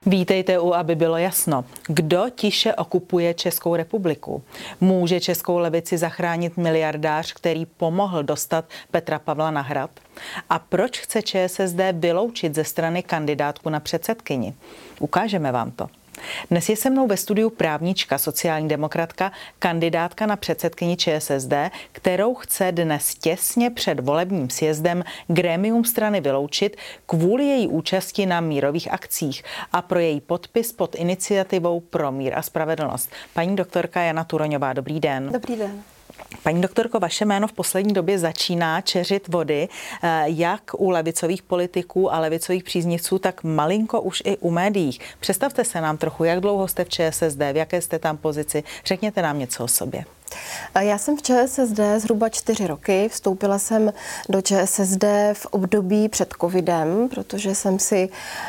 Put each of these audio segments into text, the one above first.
Vítejte u Aby bylo jasno. Kdo tiše okupuje Českou republiku? Může českou levici zachránit miliardář, který pomohl dostat Petra Pavla na Hrad? A proč chce ČSSD vyloučit ze strany kandidátku na předsedkyni? Ukážeme vám to. Dnes je se mnou ve studiu právnička, sociální demokratka, kandidátka na předsedkyni ČSSD, kterou chce dnes těsně před volebním sjezdem grémium strany vyloučit kvůli její účasti na mírových akcích a pro její podpis pod iniciativou Pro mír a spravedlnost. Paní doktorka Jana Turoňová, dobrý den. Dobrý den. Paní doktorko, vaše jméno v poslední době začíná čeřit vody, jak u levicových politiků a levicových příznivců, tak malinko už i u médií. Představte se nám trochu, jak dlouho jste v ČSSD, v jaké jste tam pozici, řekněte nám něco o sobě. Já jsem v ČSSD zhruba 4 roky. Vstoupila jsem do ČSSD v období před covidem, protože jsem si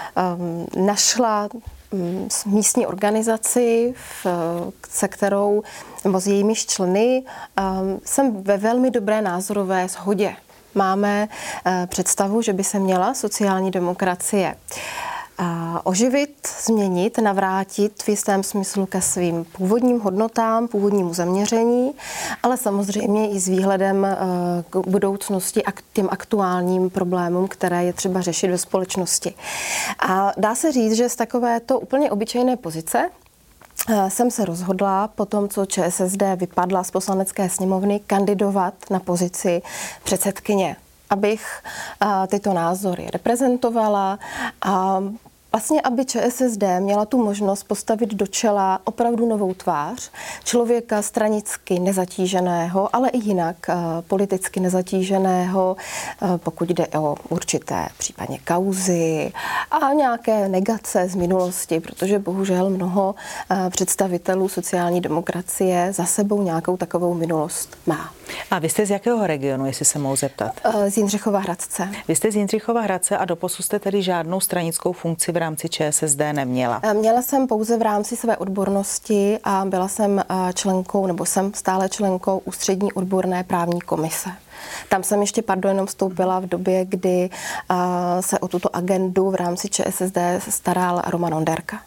našla místní organizaci, se kterou, nebo s jejímiž členy, jsem ve velmi dobré názorové shodě. Máme představu, že by se měla sociální demokracie oživit, změnit, navrátit v jistém smyslu ke svým původním hodnotám, původnímu zaměření, ale samozřejmě i s výhledem k budoucnosti a k těm aktuálním problémům, které je třeba řešit ve společnosti. A dá se říct, že z takovéto úplně obyčejné pozice jsem se rozhodla po tom, co ČSSD vypadla z poslanecké sněmovny, kandidovat na pozici předsedkyně, abych tyto názory reprezentovala a vlastně, aby ČSSD měla tu možnost postavit do čela opravdu novou tvář, člověka stranicky nezatíženého, ale i jinak politicky nezatíženého, pokud jde o určité případně kauzy a nějaké negace z minulosti, protože bohužel mnoho představitelů sociální demokracie za sebou nějakou takovou minulost má. A vy jste z jakého regionu, jestli se mohu zeptat? Z Jindřichova Hradce. Vy jste z Jindřichova Hradce a doposud jste tedy žádnou stranickou funkci v rámci ČSSD neměla? Měla jsem pouze v rámci své odbornosti a byla jsem členkou, nebo jsem stále členkou Ústřední odborné právní komise. Tam jsem ještě, jenom vstoupila v době, kdy se o tuto agendu v rámci ČSSD staral Roman Onderka.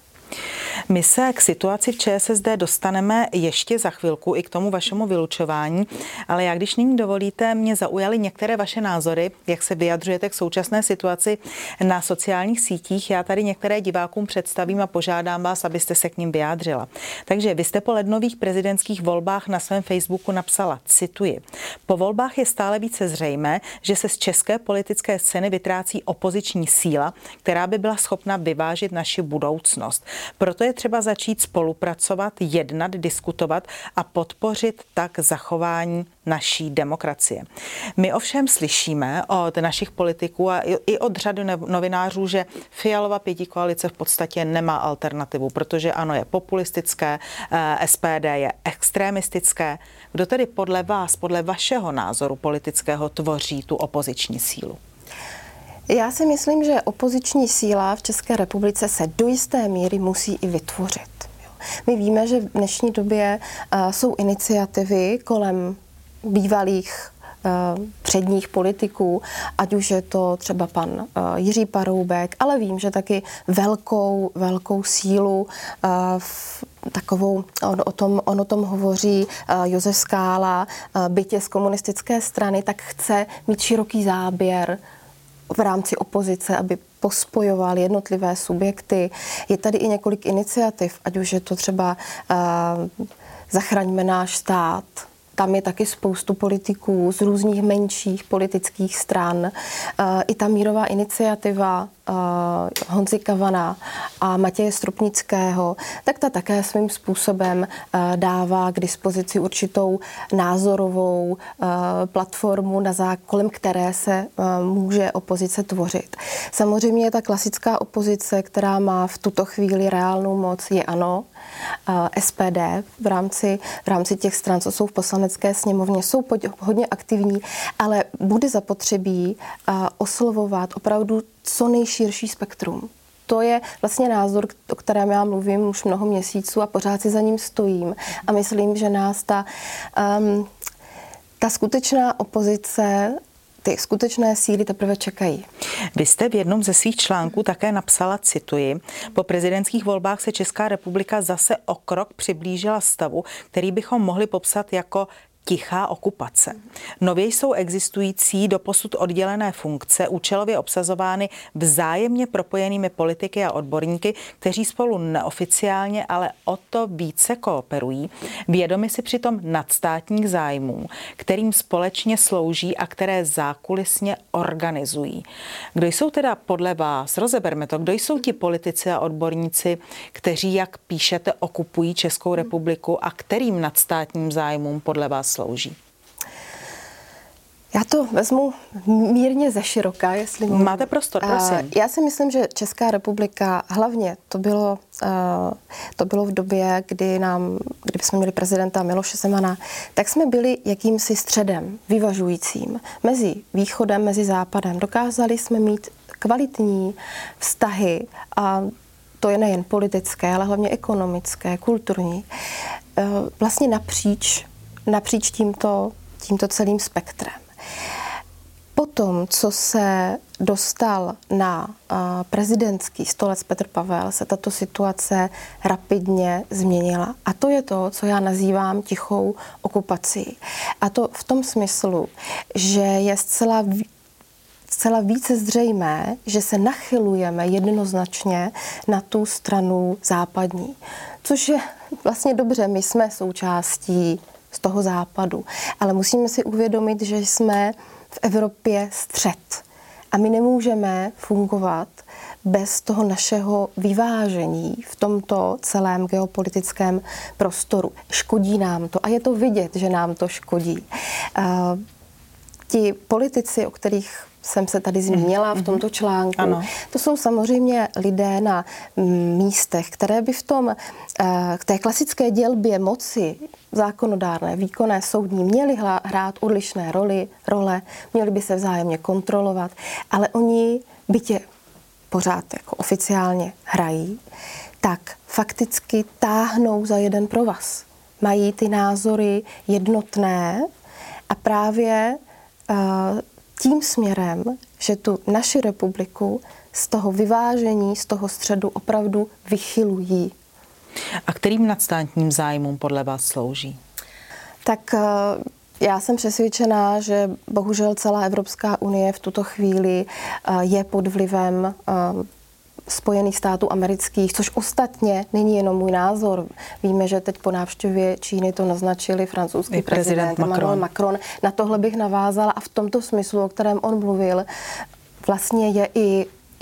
My se k situaci v ČSSD dostaneme ještě za chvilku i k tomu vašemu vylučování, ale já, když nyní dovolíte, mě zaujaly některé vaše názory, jak se vyjadřujete k současné situaci na sociálních sítích. Já tady některé divákům představím a požádám vás, abyste se k nim vyjádřila. Takže vy jste po lednových prezidentských volbách na svém Facebooku napsala, cituji: po volbách je stále více zřejmé, že se z české politické scény vytrácí opoziční síla, která by byla schopna vyvážit naši budoucnost. Proto je třeba začít spolupracovat, jednat, diskutovat a podpořit tak zachování naší demokracie. My ovšem slyšíme od našich politiků a i od řady novinářů, že Fialova pětikoalice v podstatě nemá alternativu, protože ano, je populistické, SPD je extremistické. Kdo tedy podle vás, podle vašeho názoru politického tvoří tu opoziční sílu? Já si myslím, že opoziční síla v České republice se do jisté míry musí i vytvořit. My víme, že v dnešní době jsou iniciativy kolem bývalých předních politiků, ať už je to třeba pan Jiří Paroubek, ale vím, že taky velkou sílu takovou, on o tom hovoří Josef Skála, byť je z komunistické strany, tak chce mít široký záběr v rámci opozice, aby pospojoval jednotlivé subjekty. Je tady i několik iniciativ, ať už je to třeba Zachraňme náš stát. Tam je taky spoustu politiků z různých menších politických stran. I ta mírová iniciativa Honzy Kavana a Matěje Stropnického, tak ta také svým způsobem dává k dispozici určitou názorovou platformu, kolem které se může opozice tvořit. Samozřejmě ta klasická opozice, která má v tuto chvíli reálnou moc, je ANO. SPD v rámci těch stran, co jsou v poslanecké sněmovně, jsou hodně aktivní, ale bude zapotřebí oslovovat opravdu co nejširší spektrum. To je vlastně názor, o kterém já mluvím už mnoho měsíců a pořád si za ním stojím. A myslím, že nás ta skutečná opozice, ty skutečné síly teprve čekají. Vy jste v jednom ze svých článků také napsala, cituji, po prezidentských volbách se Česká republika zase o krok přiblížila stavu, který bychom mohli popsat jako tichá okupace. Nově jsou existující doposud oddělené funkce účelově obsazovány vzájemně propojenými politiky a odborníky, kteří spolu neoficiálně, ale o to více kooperují, vědomi si přitom nadstátních zájmů, kterým společně slouží a které zákulisně organizují. Kdo jsou teda podle vás, rozeberme to, kdo jsou ti politici a odborníci, kteří, jak píšete, okupují Českou republiku a kterým nadstátním zájmům podle vás slouží? Já to vezmu mírně ze široka, jestli můžu. Máte prostor, prosím. Já si myslím, že Česká republika, hlavně to bylo v době, kdy jsme měli prezidenta Miloše Zemana, tak jsme byli jakýmsi středem vyvažujícím mezi východem, mezi západem. Dokázali jsme mít kvalitní vztahy a to je nejen politické, ale hlavně ekonomické, kulturní. Vlastně napříč tímto celým spektrem. Potom, co se dostal na prezidentský stolec Petr Pavel, se tato situace rapidně změnila. A to je to, co já nazývám tichou okupací. A to v tom smyslu, že je zcela více zřejmé, že se nachylujeme jednoznačně na tu stranu západní. Což je vlastně dobře, my jsme součástí z toho západu. Ale musíme si uvědomit, že jsme v Evropě střed. A my nemůžeme fungovat bez toho našeho vyvážení v tomto celém geopolitickém prostoru. Škodí nám to a je to vidět, že nám to škodí. Ti politici, o kterých jsem se tady zmínila v tomto článku. Ano. To jsou samozřejmě lidé na místech, které by v té klasické dělbě moci zákonodárné, výkonné, soudní měli hrát odlišné role, měli by se vzájemně kontrolovat, ale oni bytě pořád jako oficiálně hrají, tak fakticky táhnou za jeden provaz. Mají ty názory jednotné a právě tím směrem, že tu naši republiku z toho vyvážení, z toho středu opravdu vychylují. A kterým nadstátním zájmům podle vás slouží? Tak já jsem přesvědčená, že bohužel celá Evropská unie v tuto chvíli je pod vlivem Spojených států amerických, což ostatně není jenom můj názor. Víme, že teď po návštěvě Číny to naznačili francouzský prezident Emmanuel Macron. Na tohle bych navázala a v tomto smyslu, o kterém on mluvil, vlastně je i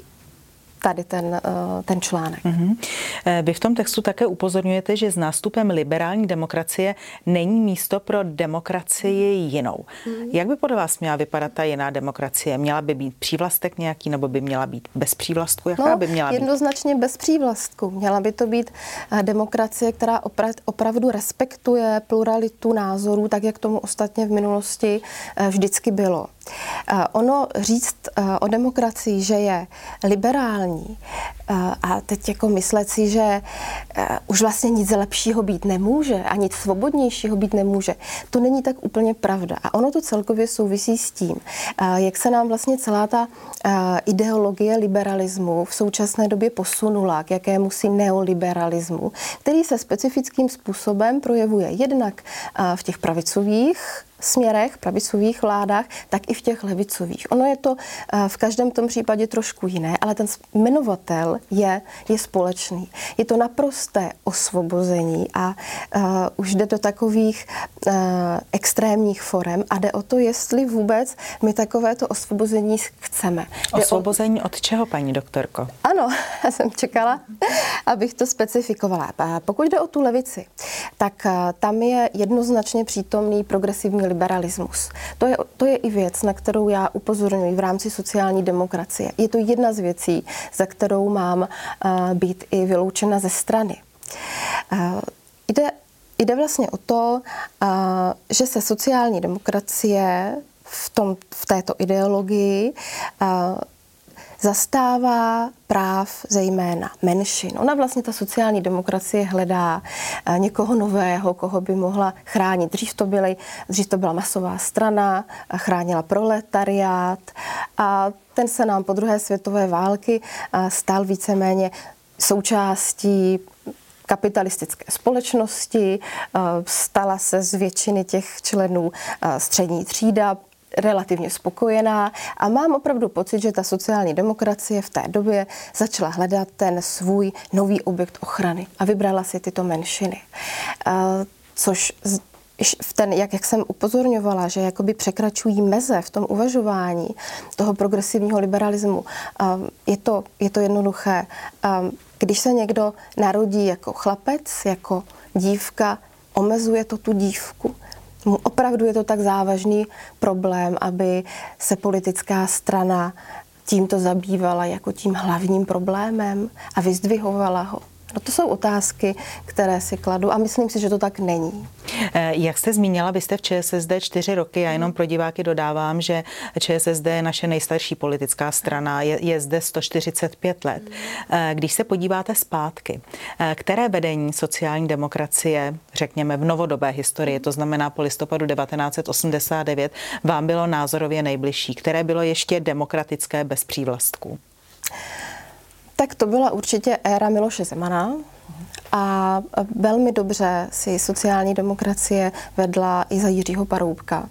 tady ten článek. Vy v tom textu také upozorňujete, že s nástupem liberální demokracie není místo pro demokracii jinou. Jak by podle vás měla vypadat ta jiná demokracie? Měla by být přívlastek nějaký, nebo by měla být bez přívlastku? Jaká by měla být? Jednoznačně bez přívlastku. Měla by to být demokracie, která opravdu respektuje pluralitu názorů, tak jak tomu ostatně v minulosti vždycky bylo. Ono říct o demokracii, že je liberální a teď jako myslet si, že už vlastně nic lepšího být nemůže a nic svobodnějšího být nemůže, to není tak úplně pravda. A ono to celkově souvisí s tím, jak se nám vlastně celá ta ideologie liberalismu v současné době posunula k jakémusi neoliberalismu, který se specifickým způsobem projevuje jednak v těch pravicových směrech, pravicových vládách, tak i v těch levicových. Ono je to v každém tom případě trošku jiné, ale ten jmenovatel je společný. Je to naprosté osvobození a už jde do takových extrémních forem a jde o to, jestli vůbec my takovéto osvobození chceme. Osvobození od čeho, paní doktorko? Ano, já jsem čekala, abych to specifikovala. Pokud jde o tu levici, tak tam je jednoznačně přítomný progresivní liberalismus. To je i věc, na kterou já upozorňuji v rámci sociální demokracie. Je to jedna z věcí, za kterou mám být i vyloučena ze strany. Jde vlastně o to, že se sociální demokracie v této ideologii zastává práv zejména menšin. Ona vlastně, ta sociální demokracie, hledá někoho nového, koho by mohla chránit. Dřív to byla masová strana, chránila proletariát a ten se nám po druhé světové války stal víceméně součástí kapitalistické společnosti, stala se z většiny těch členů střední třída, relativně spokojená a mám opravdu pocit, že ta sociální demokracie v té době začala hledat ten svůj nový objekt ochrany a vybrala si tyto menšiny. Což jak jsem upozorňovala, že jakoby překračují meze v tom uvažování toho progresivního liberalismu, je to jednoduché. Když se někdo narodí jako chlapec, jako dívka, omezuje to tu dívku. Opravdu je to tak závažný problém, aby se politická strana tímto zabývala jako tím hlavním problémem a vyzdvihovala ho. No to jsou otázky, které si kladu a myslím si, že to tak není. Jak jste zmínila, vy jste v ČSSD 4 roky, já jenom pro diváky dodávám, že ČSSD je naše nejstarší politická strana, je zde 145 let. Když se podíváte zpátky, které vedení sociální demokracie, řekněme v novodobé historii, to znamená po listopadu 1989, vám bylo názorově nejbližší, které bylo ještě demokratické bez přívlastků? Tak to byla určitě éra Miloše Zemana a velmi dobře si sociální demokracie vedla i za Jiřího Paroubka.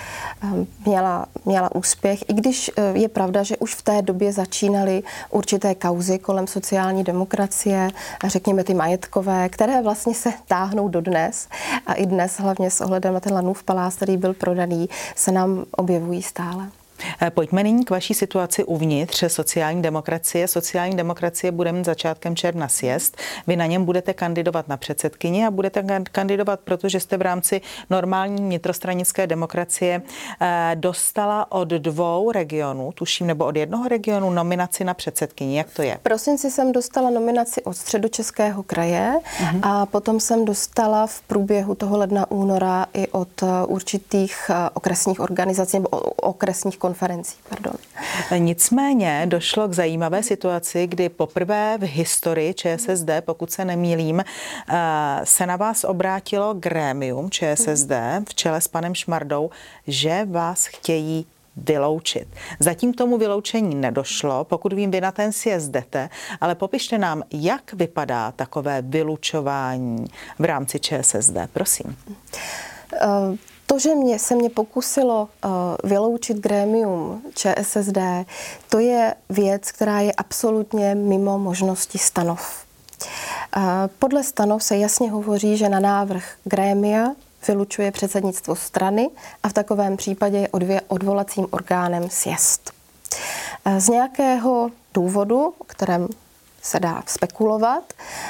Měla úspěch, i když je pravda, že už v té době začínaly určité kauzy kolem sociální demokracie, řekněme ty majetkové, které vlastně se táhnou dodnes a i dnes, hlavně s ohledem na ten Lanův palác, který byl prodaný, se nám objevují stále. Pojďme nyní k vaší situaci uvnitř sociální demokracie. Sociální demokracie bude mít začátkem června sjezd. Vy na něm budete kandidovat na předsedkyni a budete kandidovat, protože jste v rámci normální vnitrostranické demokracie dostala od 2 regionů, tuším, nebo od 1 regionu nominaci na předsedkyni. Jak to je? V prosinci jsem dostala nominaci od Středočeského kraje a potom jsem dostala v průběhu toho ledna, února i od určitých okresních organizací nebo okresních konferencí. Pardon. Nicméně došlo k zajímavé situaci, kdy poprvé v historii ČSSD, pokud se nemýlím, se na vás obrátilo grémium ČSSD v čele s panem Šmardou, že vás chtějí vyloučit. Zatím tomu vyloučení nedošlo, pokud vím, vy na ten sjezd jdete, ale popište nám, jak vypadá takové vylučování v rámci ČSSD. Prosím. To, že se mě pokusilo vyloučit grémium ČSSD, to je věc, která je absolutně mimo možnosti stanov. Podle stanov se jasně hovoří, že na návrh grémia vylučuje předsednictvo strany a v takovém případě je odvolacím orgánem sjezd. Z nějakého důvodu, o kterém se dá spekulovat,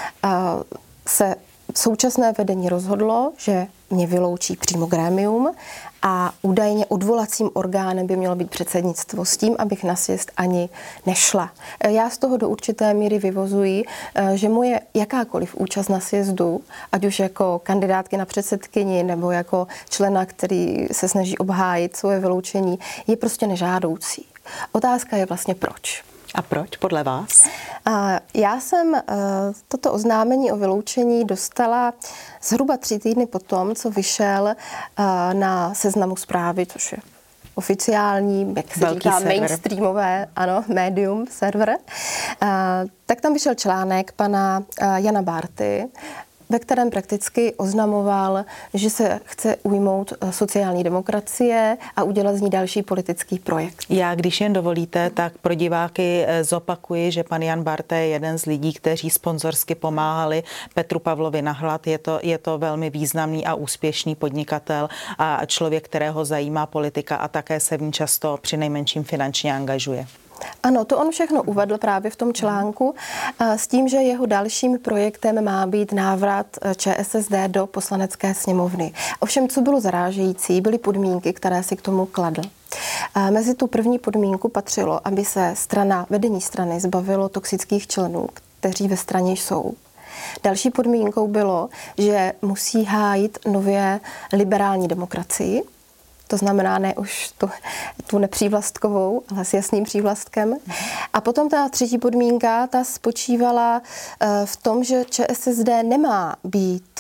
se současné vedení rozhodlo, že mě vyloučí přímo grémium a údajně odvolacím orgánem by mělo být předsednictvo s tím, abych na sjezd ani nešla. Já z toho do určité míry vyvozuji, že moje jakákoliv účast na sjezdu, ať už jako kandidátky na předsedkyni nebo jako člena, který se snaží obhájit svoje vyloučení, je prostě nežádoucí. Otázka je vlastně proč. A proč podle vás? Já jsem toto oznámení o vyloučení dostala zhruba 3 týdny potom, co vyšel na Seznamu Zprávy, což je oficiální, jak se říká, mainstreamové, ano, médium, server. Tak tam vyšel článek pana Jana Bárty, ve kterém prakticky oznamoval, že se chce ujmout sociální demokracie a udělat z ní další politický projekt. Já, když jen dovolíte, tak pro diváky zopakuji, že pan Jan Bárta je jeden z lidí, kteří sponzorsky pomáhali Petru Pavlovi na hlad. Je to velmi významný a úspěšný podnikatel a člověk, kterého zajímá politika a také se v ní často přinejmenším finančně angažuje. Ano, to on všechno uvedl právě v tom článku s tím, že jeho dalším projektem má být návrat ČSSD do Poslanecké sněmovny. Ovšem, co bylo zarážející, byly podmínky, které si k tomu kladl. Mezi tu první podmínku patřilo, aby se vedení strany zbavilo toxických členů, kteří ve straně jsou. Další podmínkou bylo, že musí hájit nově liberální demokracii, To znamená ne už tu nepřívlastkovou, ale s jasným přívlastkem. A potom ta třetí podmínka, ta spočívala v tom, že ČSSD nemá být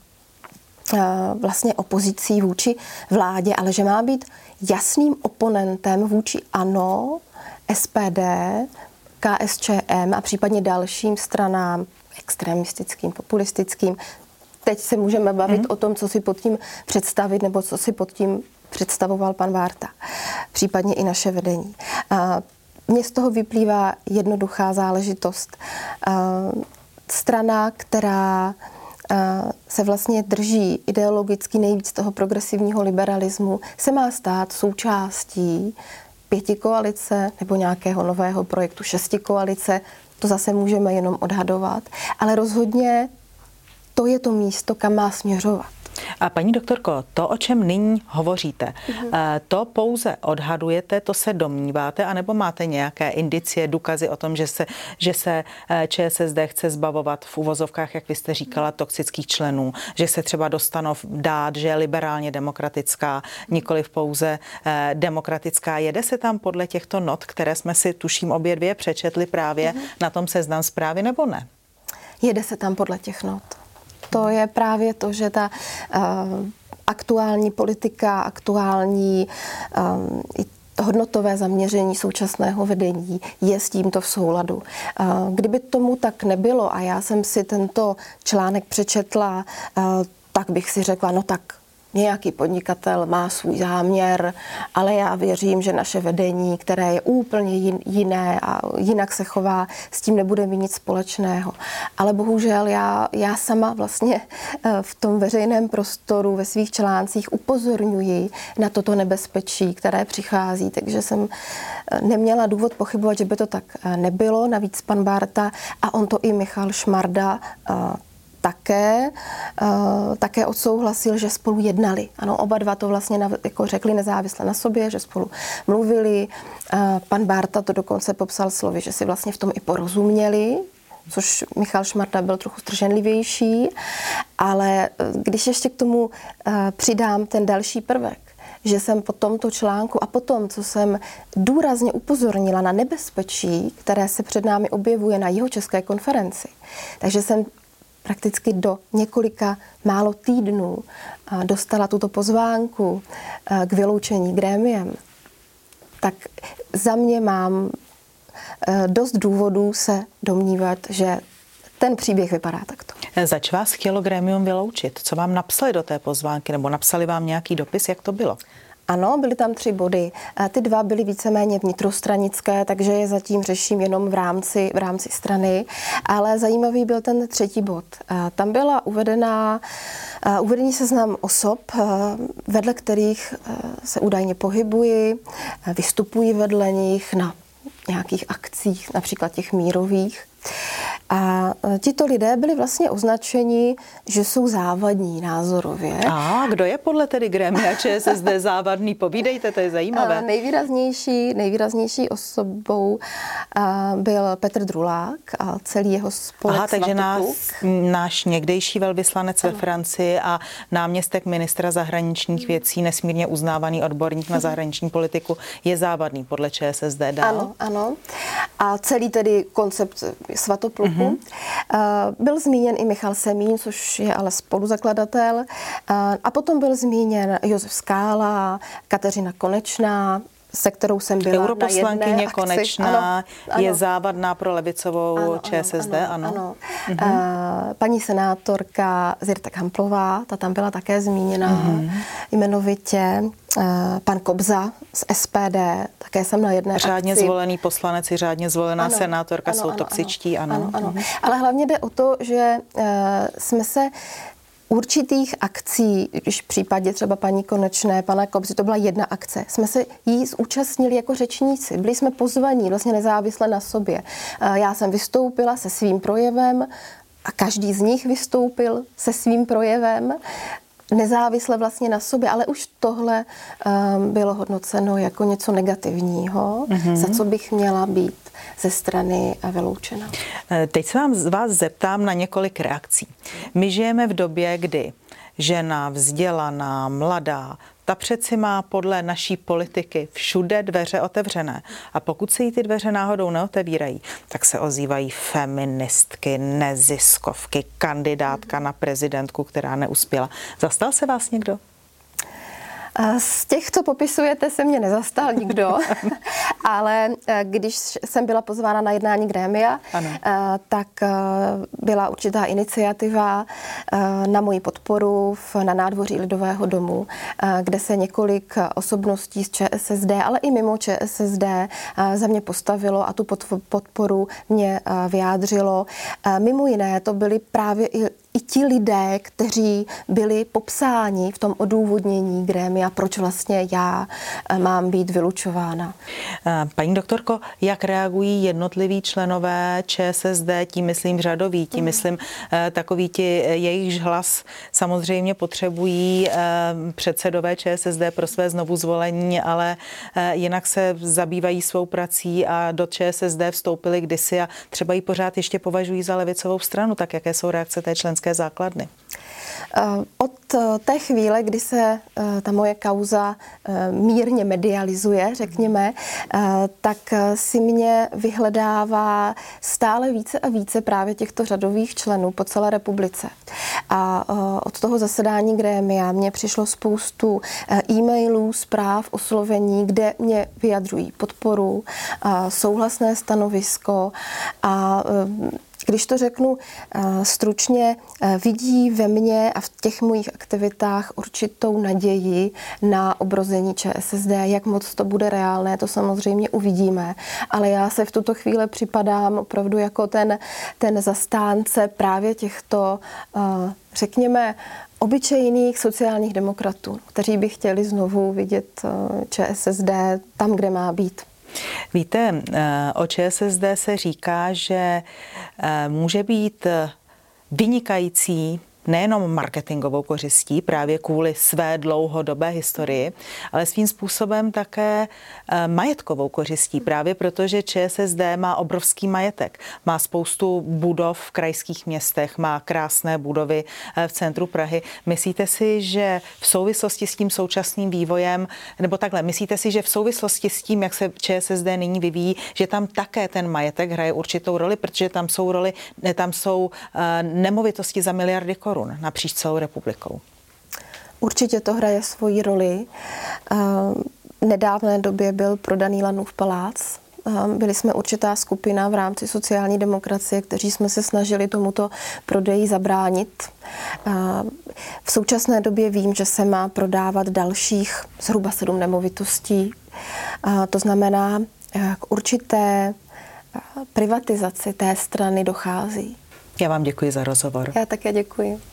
vlastně opozicí vůči vládě, ale že má být jasným oponentem vůči ANO, SPD, KSČM a případně dalším stranám extremistickým, populistickým. Teď se můžeme bavit o tom, co si pod tím představit, nebo co si pod tím představoval pan Bárta, případně i naše vedení. Mně z toho vyplývá jednoduchá záležitost. Strana, která se vlastně drží ideologicky nejvíc toho progresivního liberalismu, se má stát součástí pětikoalice nebo nějakého nového projektu šestikoalice. To zase můžeme jenom odhadovat, ale rozhodně to je to místo, kam má směřovat. A paní doktorko, to, o čem nyní hovoříte, to pouze odhadujete, to se domníváte, anebo máte nějaké indicie, důkazy o tom, že se ČSSD chce zbavovat v uvozovkách, jak vy jste říkala, toxických členů, že se třeba dostanou dát, že je liberálně demokratická, nikoliv pouze demokratická. Jede se tam podle těchto not, které jsme si tuším obě dvě přečetli právě na tom Seznam Zprávy, nebo ne? Jede se tam podle těch not. To je právě to, že ta aktuální politika, aktuální hodnotové zaměření současného vedení je s tímto v souladu. Kdyby tomu tak nebylo a já jsem si tento článek přečetla, tak bych si řekla, no tak nějaký podnikatel má svůj záměr, ale já věřím, že naše vedení, které je úplně jiné a jinak se chová, s tím nebude mít nic společného. Ale bohužel já sama vlastně v tom veřejném prostoru, ve svých článcích upozorňuji na toto nebezpečí, které přichází, takže jsem neměla důvod pochybovat, že by to tak nebylo. Navíc pan Bárta a on to i Michal Šmarda také odsouhlasil, že spolu jednali. Ano, oba dva to vlastně jako řekli nezávisle na sobě, že spolu mluvili. Pan Bárta to dokonce popsal slovy, že si vlastně v tom i porozuměli, což Michal Šmarda byl trochu zdrženlivější, ale když ještě k tomu přidám ten další prvek, že jsem po tomto článku a po tom, co jsem důrazně upozornila na nebezpečí, které se před námi objevuje na Jihočeské konferenci, takže jsem prakticky do několika málo týdnů dostala tuto pozvánku k vyloučení grémiem, tak za mě mám dost důvodů se domnívat, že ten příběh vypadá takto. Zač vás chtělo grémium vyloučit? Co vám napsali do té pozvánky? Nebo napsali vám nějaký dopis? Jak to bylo? Ano, byly tam 3 body. Ty 2 byly víceméně vnitrostranické, takže je zatím řeším jenom v rámci strany. Ale zajímavý byl ten 3. bod. Tam byla uvedený seznam osob, vedle kterých se údajně pohybuji, vystupuji vedle nich na nějakých akcích, například těch mírových. A tito lidé byli vlastně označeni, že jsou závadní názorově. A kdo je podle tedy grémia ČSSD závadný? Povídejte, to je zajímavé. Nejvýraznější osobou byl Petr Drulák a celý jeho spolek takže náš někdejší velvyslanec ve Francii a náměstek ministra zahraničních věcí, nesmírně uznávaný odborník na zahraniční politiku, je závadný podle ČSSD dál? Ano. A celý tedy koncept Svatopluku. Byl zmíněn i Michal Semín, což je ale spoluzakladatel. A potom byl zmíněn Josef Skála, Kateřina Konečná, se kterou jsem byla europoslankyně na jedné akci. Konečná je závadná pro levicovou ČSSD, ano. Paní senátorka Zirta Kamplová, ta tam byla také zmíněna jmenovitě. Pan Kobza z SPD, také jsem na jedné řádně akci. zvolený poslanec i řádně zvolená senátorka jsou toxičtí, ano. Ale hlavně jde o to, že jsme se určitých akcí, když v případě třeba paní Konečné, pana Kobzy, to byla jedna akce, jsme se jí zúčastnili jako řečníci. Byli jsme pozvaní vlastně nezávisle na sobě. Já jsem vystoupila se svým projevem a každý z nich vystoupil se svým projevem, nezávisle vlastně na sobě, ale už tohle bylo hodnoceno jako něco negativního, za co bych měla být ze strany vyloučena. Teď se vás zeptám na několik reakcí. My žijeme v době, kdy žena, vzdělaná, mladá, ta přeci má podle naší politiky všude dveře otevřené. A pokud se jí ty dveře náhodou neotevírají, tak se ozývají feministky, neziskovky, kandidátka na prezidentku, která neuspěla. Zastal se vás někdo? Z těch, co popisujete, se mě nezastal nikdo, ale když jsem byla pozvána na jednání grémia, tak byla určitá iniciativa na moji podporu na nádvoří Lidového domu, kde se několik osobností z ČSSD, ale i mimo ČSSD za mě postavilo a tu podporu mě vyjádřilo. Mimo jiné to byly právě i ti lidé, kteří byli popsáni v tom odůvodnění grémia, proč vlastně já mám být vylučována. Paní doktorko, jak reagují jednotliví členové ČSSD, tím myslím řadoví, tím myslím takový ti, jejichž hlas samozřejmě potřebují předsedové ČSSD pro své znovuzvolení, ale jinak se zabývají svou prací a do ČSSD vstoupili kdysi a třeba ji pořád ještě považují za levicovou stranu. Tak jaké jsou reakce té členské základny? Od té chvíle, kdy se ta moje kauza mírně medializuje, řekněme, tak si mě vyhledává stále více a více právě těchto řadových členů po celé republice. A od toho zasedání grémia mě přišlo spoustu e-mailů, zpráv, oslovení, kde mě vyjadřují podporu, souhlasné stanovisko a když to řeknu stručně, vidí ve mně a v těch mojich aktivitách určitou naději na obrození ČSSD. Jak moc to bude reálné, to samozřejmě uvidíme. Ale já se v tuto chvíli připadám opravdu jako ten zastánce právě těchto, řekněme, obyčejných sociálních demokratů, kteří by chtěli znovu vidět ČSSD tam, kde má být. Víte, o ČSSD se říká, že může být vynikající nejenom marketingovou kořistí právě kvůli své dlouhodobé historii, ale svým způsobem také majetkovou kořistí právě protože ČSSD má obrovský majetek. Má spoustu budov v krajských městech, má krásné budovy v centru Prahy. Myslíte si, že v souvislosti s tím současným vývojem, nebo takhle, myslíte si, že v souvislosti s tím, jak se ČSSD nyní vyvíjí, že tam také ten majetek hraje určitou roli, protože tam jsou nemovitosti za miliardy korun napříč celou republikou? Určitě to hraje svoji roli. V nedávné době byl prodaný Lanův palác. Byli jsme určitá skupina v rámci sociální demokracie, kteří jsme se snažili tomuto prodeji zabránit. V současné době vím, že se má prodávat dalších zhruba 7 nemovitostí. To znamená, k určité privatizaci té strany dochází. Já vám děkuji za rozhovor. Já také děkuji.